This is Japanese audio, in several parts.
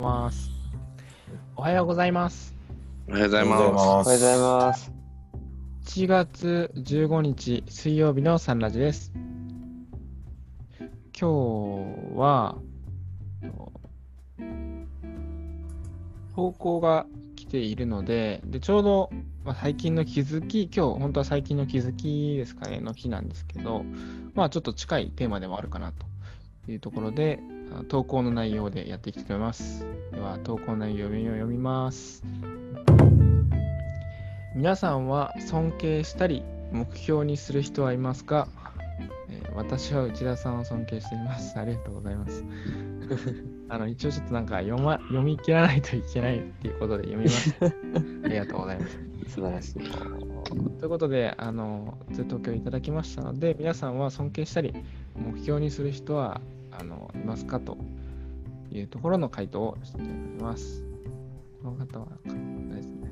ます。おはようございます。 おはようございます。 おはようございます。 1月15日水曜日のサンラジです。今日は投稿が来ているので、ちょうど、最近の気づき、今日本当は最近の気づきですかねの日なんですけど、ちょっと近いテーマでもあるかなというところで、投稿の内容でやっていきたいと思います。では投稿の内容を読みます。皆さんは尊敬したり目標にする人はいますか？私は内田さんを尊敬しています。ありがとうございます。一応ちょっと読み切らないといけないっていうことで読みます。ありがとうございます。 素晴らしい。 ということで、投稿いただきましたので、皆さんは尊敬したり目標にする人はいますかというところの回答をしていただきます。この方はですね。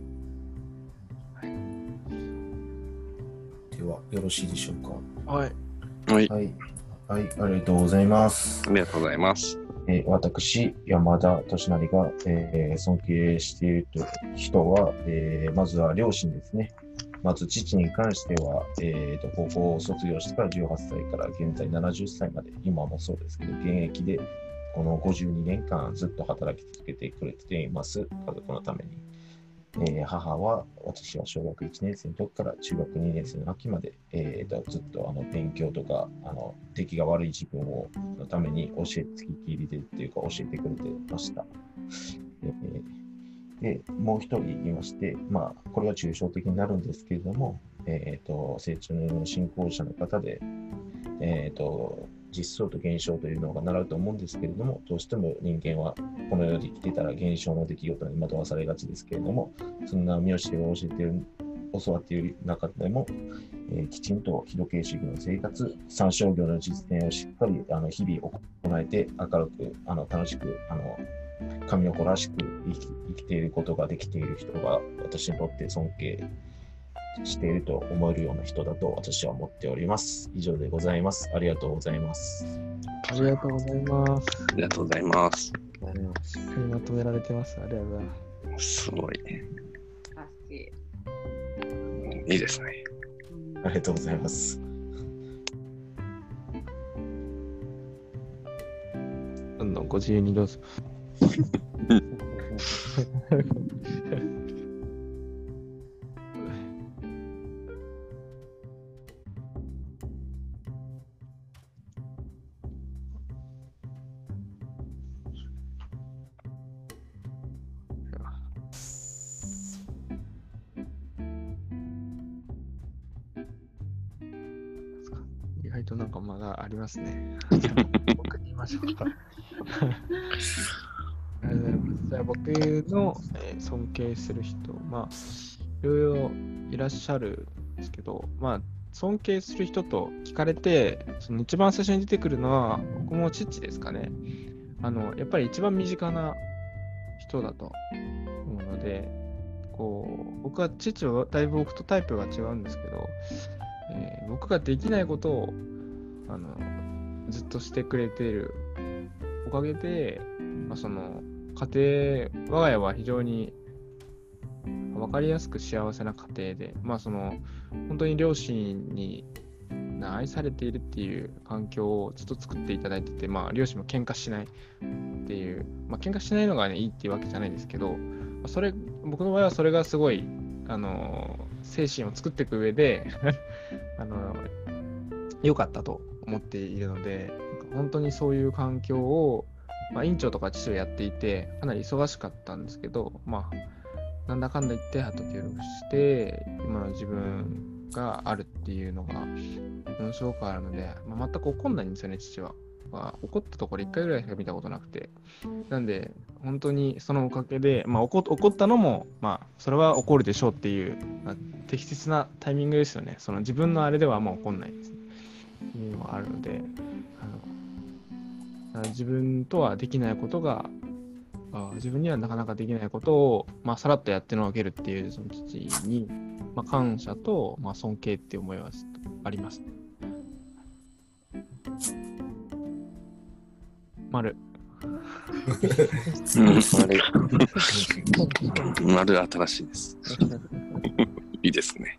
ではよろしいでしょうか。 はい。 はい。 はい、ありがとうございます。 ありがとうございます。 私、山田俊成が、尊敬している人は、まずは両親ですね。まず父に関しては、高校を卒業してから18歳から現在70歳まで、今もそうですけど、現役でこの52年間ずっと働き続けてくれています、家族のために。母は、私は小学1年生の時から中学2年生の秋まで、ずっと勉強とか出来が悪い自分のために付きっきりでっていうか教えてくれてました。で、もう一人いまして、これは抽象的になるんですけれども、成長の信仰者の方で、実相と現象というのが習うと思うんですけれども、どうしても人間はこの世に生きてたら現象の出来事に惑わされがちですけれども、そんな三好が教わっている中でも、きちんと非土形主義の生活、三商業の実践をしっかり日々行えて、明るく楽しく神の子らしく生きていることができている人が私にとって尊敬していると思えるような人だと私は思っております。以上でございます。ありがとうございます。 ありがとうございます。 ありがとうございます。 しっかりまとめられてます。ありがとうございます。 すごいね。いいですね。 ありがとうございます。 どんどんご自由にどうぞ。意外と間がありますね。僕に言いましょうか。じゃあ僕の、尊敬する人、いろいろいらっしゃるんですけど、尊敬する人と聞かれて、その一番最初に出てくるのは、僕も父ですかね。やっぱり一番身近な人だと思うので、僕は父はだいぶ僕とタイプが違うんですけど、僕ができないことをずっとしてくれているおかげで、その家庭、我が家は非常に分かりやすく幸せな家庭で、本当に両親に愛されているっていう環境をずっと作っていただいてて、両親も喧嘩しないっていう、喧嘩しないのがいいっていうわけじゃないですけど、僕の場合はそれがすごい精神を作っていく上で良かったと思っているので、本当にそういう環境を、院長とか父をやっていてかなり忙しかったんですけど、なんだかんだ言って後協力して今の自分があるっていうのがものすごくあるので、全く怒んないんですよね。父は怒ったところ1回ぐらいしか見たことなくて、なんで本当にそのおかげで、怒ったのもそれは怒るでしょうっていう、適切なタイミングですよね。その自分のあれではもう怒んないですねっていうのがあるので、自分とはできないことが自分にはなかなかできないことを、さらっとやってのけるっていうその父に、感謝と、尊敬っていう思いはあります。丸。 丸新しいです。いいですね。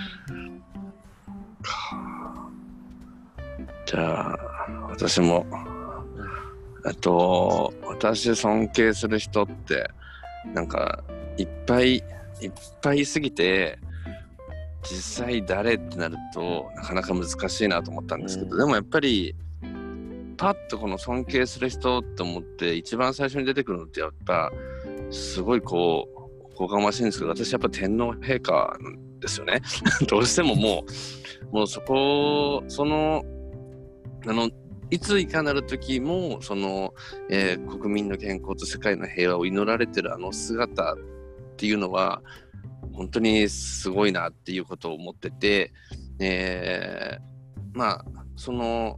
じゃあ、私も、私尊敬する人って、なんか、いっぱいいすぎて、実際誰ってなると、なかなか難しいなと思ったんですけど、でもやっぱり、パッとこの尊敬する人って思って、一番最初に出てくるのって、やっぱ、すごいこう、おこがましいんですけど、私やっぱ天皇陛下なんですよね。どうしてももういついかなる時も国民の健康と世界の平和を祈られてる姿っていうのは本当にすごいなっていうことを思ってて、まあその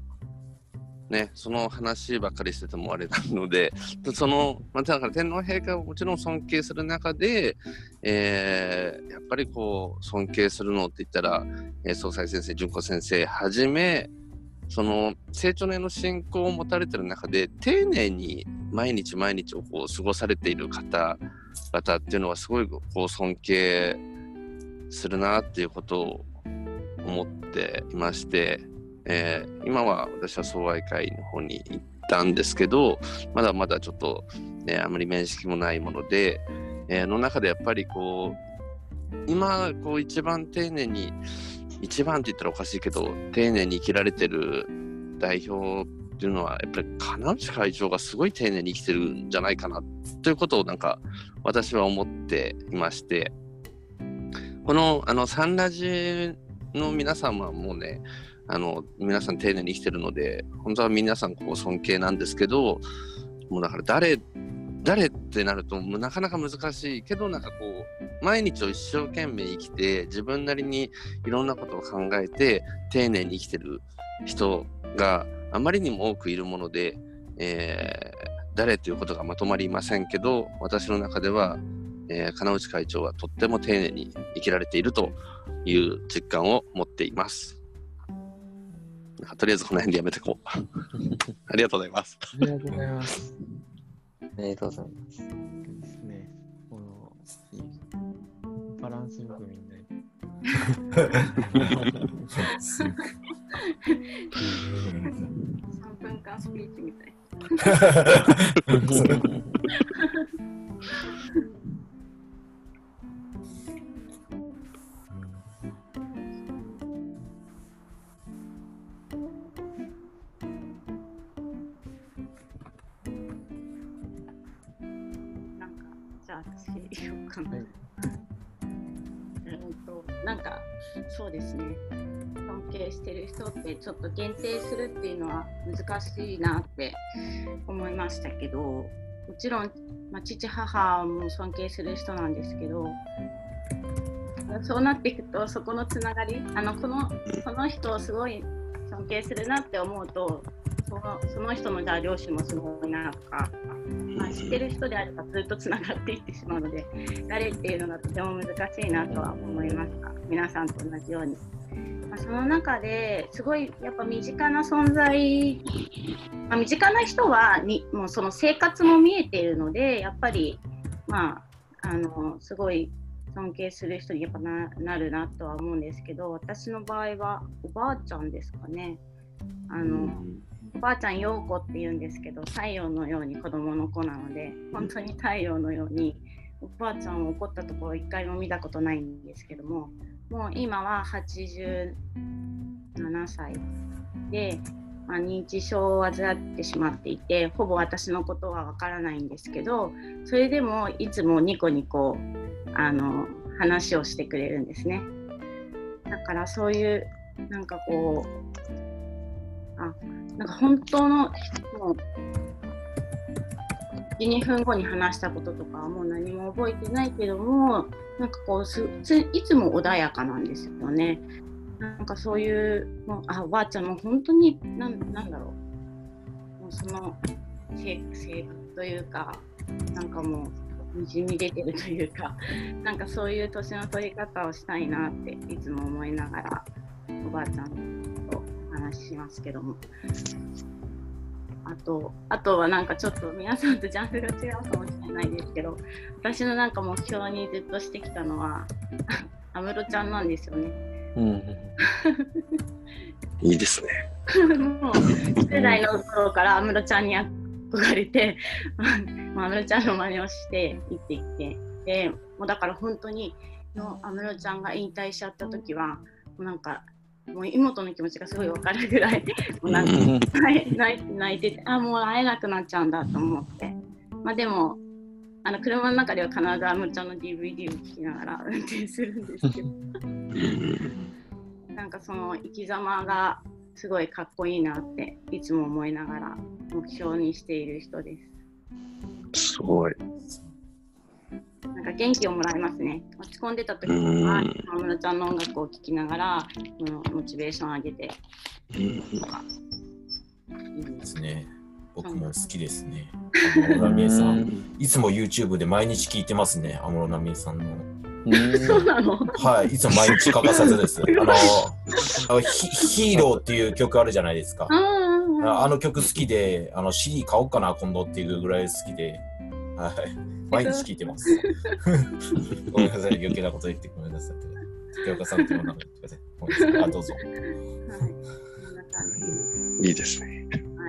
話ばっかりしててもあれなので、だから天皇陛下をもちろん尊敬する中で、やっぱりこう尊敬するのって言ったら、総裁先生、純子先生はじめ、その成長年の信仰を持たれている中で丁寧に毎日毎日をこう過ごされている方々っていうのはすごいこう尊敬するなっていうことを思っていまして、今は私は総愛会の方に行ったんですけど、まだまだちょっと、あまり面識もないもので、の中でやっぱりこう今こう一番丁寧に、一番って言ったらおかしいけど丁寧に生きられてる代表っていうのはやっぱり金内会長がすごい丁寧に生きてるんじゃないかなということをなんか私は思っていまして、このサンラジの皆さんはもうね、皆さん丁寧に生きてるので本当は皆さんこう尊敬なんですけど、もうだから誰ってなるともうなかなか難しいけど、なんかこう毎日を一生懸命生きて自分なりにいろんなことを考えて丁寧に生きてる人があまりにも多くいるもので、誰ということがまとまりませんけど、私の中では、金内会長はとっても丁寧に生きられているという実感を持っています。とりあえずこの辺でやめてこう。ありがとうございます。 ありがとうございます。 ありがとうございます。 ですね。このバランスよくみんな 3分間スピーチみたい。私言おうかな。なんかそうですね。尊敬してる人ってちょっと限定するっていうのは難しいなって思いましたけど、もちろん、父母も尊敬する人なんですけど、そうなっていくとそこのつながり、この人をすごい尊敬するなって思うと、その人のじゃあ両親もすごいなとか、知ってる人であればずっとつながっていってしまうので、誰っていうのがとても難しいなとは思いました。皆さんと同じように。その中ですごいやっぱ身近な存在、身近な人はもうその生活も見えているので、やっぱりすごい尊敬する人にやっぱ なるなとは思うんですけど、私の場合はおばあちゃんですかね。おばあちゃん陽子って言うんですけど、太陽のように子供の子なので、本当に太陽のようにおばあちゃんを怒ったところ一回も見たことないんですけども、もう今は87歳で、認知症を患ってしまっていて、ほぼ私のことはわからないんですけど、それでもいつもニコニコ話をしてくれるんですね。だからそういうなんかこうなんか本当のもう 1,2 分後に話したこととかはもう何も覚えてないけども、なんかこういつも穏やかなんですよね。なんかそういうおばあちゃんも本当になんだろう、もうその性格というか、なんかもうにじみ出てるというか、なんかそういう年の取り方をしたいなっていつも思いながらおばあちゃんとお話ししますけども、 あとはなんかちょっと皆さんとジャンルが違うかもしれないですけど、私のなんか目標にずっとしてきたのは安室ちゃんなんですよね。 いいですね。 もう10代の頃から安室ちゃんに憧れて安室ちゃんの真似をして生きてきて、でもうだから本当に安室ちゃんが引退しちゃった時はもうなんかもう妹の気持ちがすごい分かるぐらいもうなんか泣いてて、もう会えなくなっちゃうんだと思って、でも車の中では必ず安室ちゃんの DVD を聴きながら運転するんですけどなんかその生き様がすごいかっこいいなっていつも思いながら目標にしている人です。 すごい。 なんか元気をもらえますね。落ち込んでた時は安室ちゃんの音楽を聴きながらモチベーション上げていいですね。僕も好きですね。安室奈美恵さん。いつも YouTube で毎日聞いてますね。安室奈美恵さんの。 そうなの？ はい、いつも毎日欠かさずです。ヒーローっていう曲あるじゃないですか。あの曲好きで、CD 買おうかな今度っていうぐらい好きで、はい、毎日聴いてます。ごめんなさい、余計なこと言ってごめんなさい。竹岡さんっていうのを言ってください。ごめんなさい。どうぞ。 はい、 いいですね。 はい。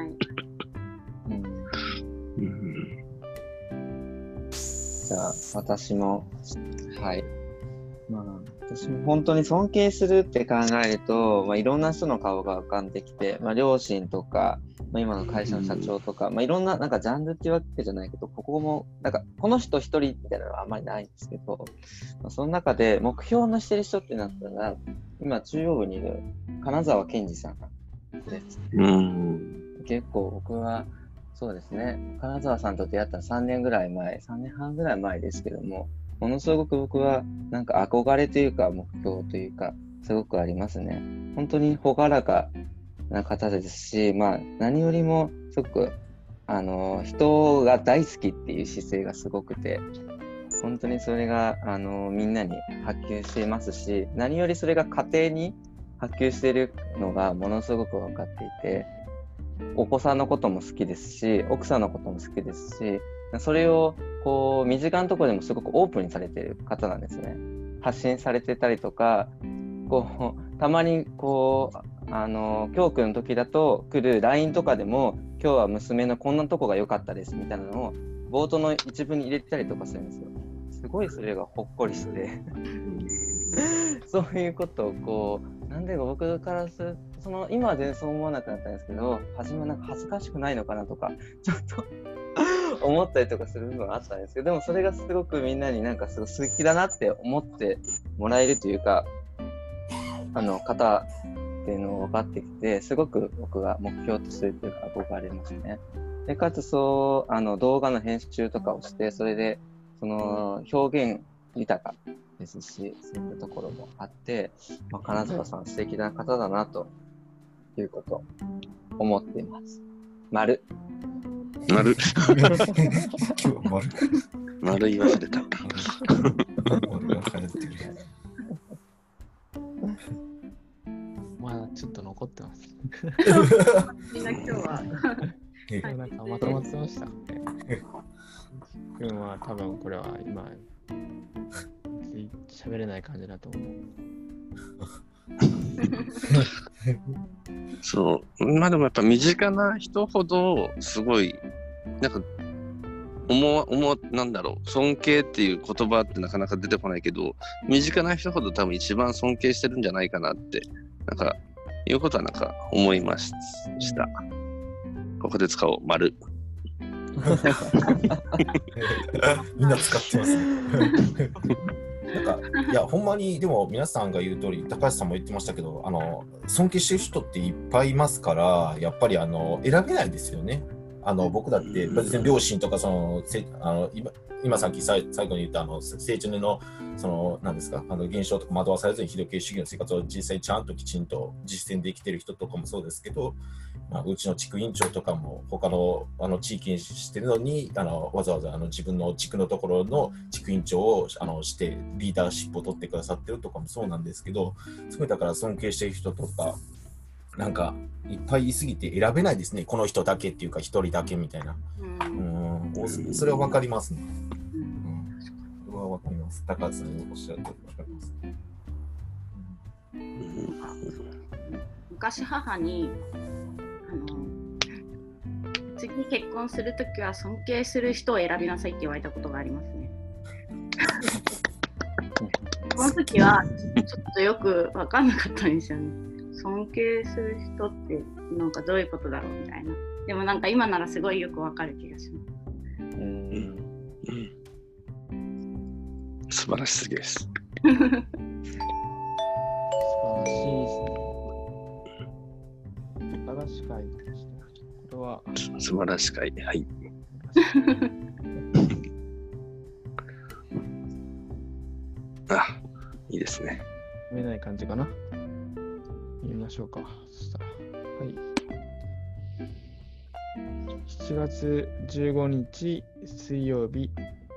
じゃあ、私も、はい。私も本当に尊敬するって考えると、いろんな人の顔が浮かんできて、両親とか、今の会社の社長とか、いろんな、なんかジャンルっていうわけじゃないけど、ここも、なんか、この人一人みたいなのはあんまりないんですけど、その中で目標のしてる人ってなったら、今中央部にいる金沢健二さんです。結構僕は、そうですね、金沢さんと出会った3年半ぐらい前ですけども、ものすごく僕はなんか憧れというか目標というかすごくありますね。本当に朗らかな方ですし、何よりもすごく人が大好きっていう姿勢がすごくて、本当にそれがみんなに波及していますし、何よりそれが家庭に波及しているのがものすごく分かっていて、お子さんのことも好きですし、奥さんのことも好きですし、それをこう身近なところでもすごくオープンにされている方なんですね。発信されてたりとか、たまに今日くんの時だと来る LINE とかでも、今日は娘のこんなとこが良かったですみたいなのを冒頭の一文に入れてたりとかするんですよ。すごいそれがほっこりしてそういうことをなんでか僕からすると、今は全然そう思わなくなったんですけど、初めはなんか恥ずかしくないのかなとかちょっと思ったりとかする部分はあったんですけど、でもそれがすごくみんなになんかすごい素敵だなって思ってもらえるというか、方っていうのを分かってきて、すごく僕が目標とするというか憧れますね。でかつ動画の編集とかをして、それでその表現豊かですし、そういったところもあって、金沢さん素敵な方だなということを思っています。丸今日は丸言わされた。 まだちょっと残ってます。 みんな今日はなんかまとまってました。君は多分これは今喋れない感じだと思う。 そう。でもやっぱ身近な人ほどすごいなんかなんだろう、尊敬っていう言葉ってなかなか出てこないけど、身近な人ほど多分一番尊敬してるんじゃないかなってなんかいうことはなんか思いました。ここで使おう、丸。 みんな使ってますね。いやほんまにでも皆さんが言う通り、高橋さんも言ってましたけど、尊敬してる人っていっぱいいますから、やっぱり選べないですよね。僕だって別に両親とか今さっき最後に言った成長の何ですか現象とか惑わされずに非同型主義の生活を実際ちゃんときちんと実践できてる人とかもそうですけど、うちの地区委員長とかも他の地域にしてるのにわざわざ自分の地区のところの地区委員長をしてリーダーシップを取ってくださってるとかもそうなんですけど、すごいだから尊敬してる人とかなんかいっぱい言いすぎて選べないですね。この人だけっていうか一人だけみたいな。それはわかりますね。それはわかります。高橋さんにおっしゃるとおりわかります。 昔母に次結婚するときは尊敬する人を選びなさいって言われたことがありますね。その時はちょっとよく分かんなかったんですよね。尊敬する人ってなんかどういうことだろうみたいな。でもなんか今ならすごいよく分かる気がします。 素晴らしすぎです。 素晴らしいですね。素晴らしかいですね。これは素晴らしかい。はい。あ、いいですね。 見えない感じかな。見ましょうか。そしたら。はい。7月15日水曜日。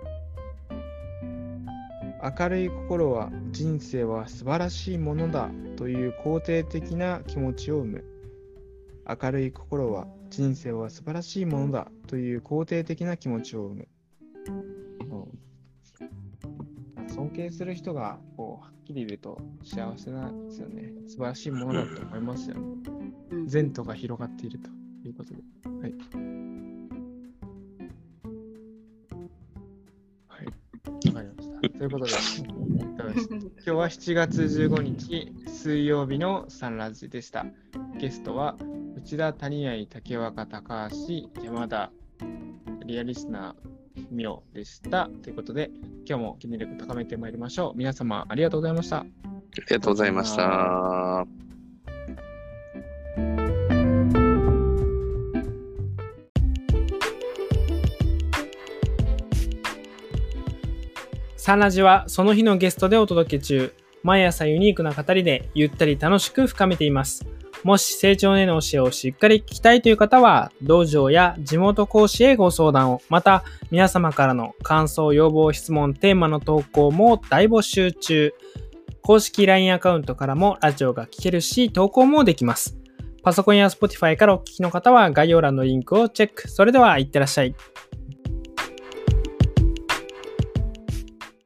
明るい心は人生は素晴らしいものだという肯定的な気持ちを生む。明るい心は人生は素晴らしいものだという肯定的な気持ちを生む。尊敬する人がこうはっきりいると幸せなんですよね。素晴らしいものだと思いますよね。前途が広がっているということで。はい。はい。わかりました。ということで、今日は7月15日水曜日のサンラジでした。ゲストは内田、谷合、竹若、高橋、山田、リアリスナー、みおでした。ということで、今日も記念力高めてまいりましょう。皆様ありがとうございました。 ありがとうございました。 サンラジはその日のゲストでお届け中。毎朝ユニークな語りでゆったり楽しく深めています。もし成長への教えをしっかり聞きたいという方は、道場や地元講師へご相談を、また皆様からの感想、要望、質問、テーマの投稿も大募集中。公式 LINE アカウントからもラジオが聞けるし、投稿もできます。パソコンや Spotify からお聞きの方は概要欄のリンクをチェック。それではいってらっしゃい。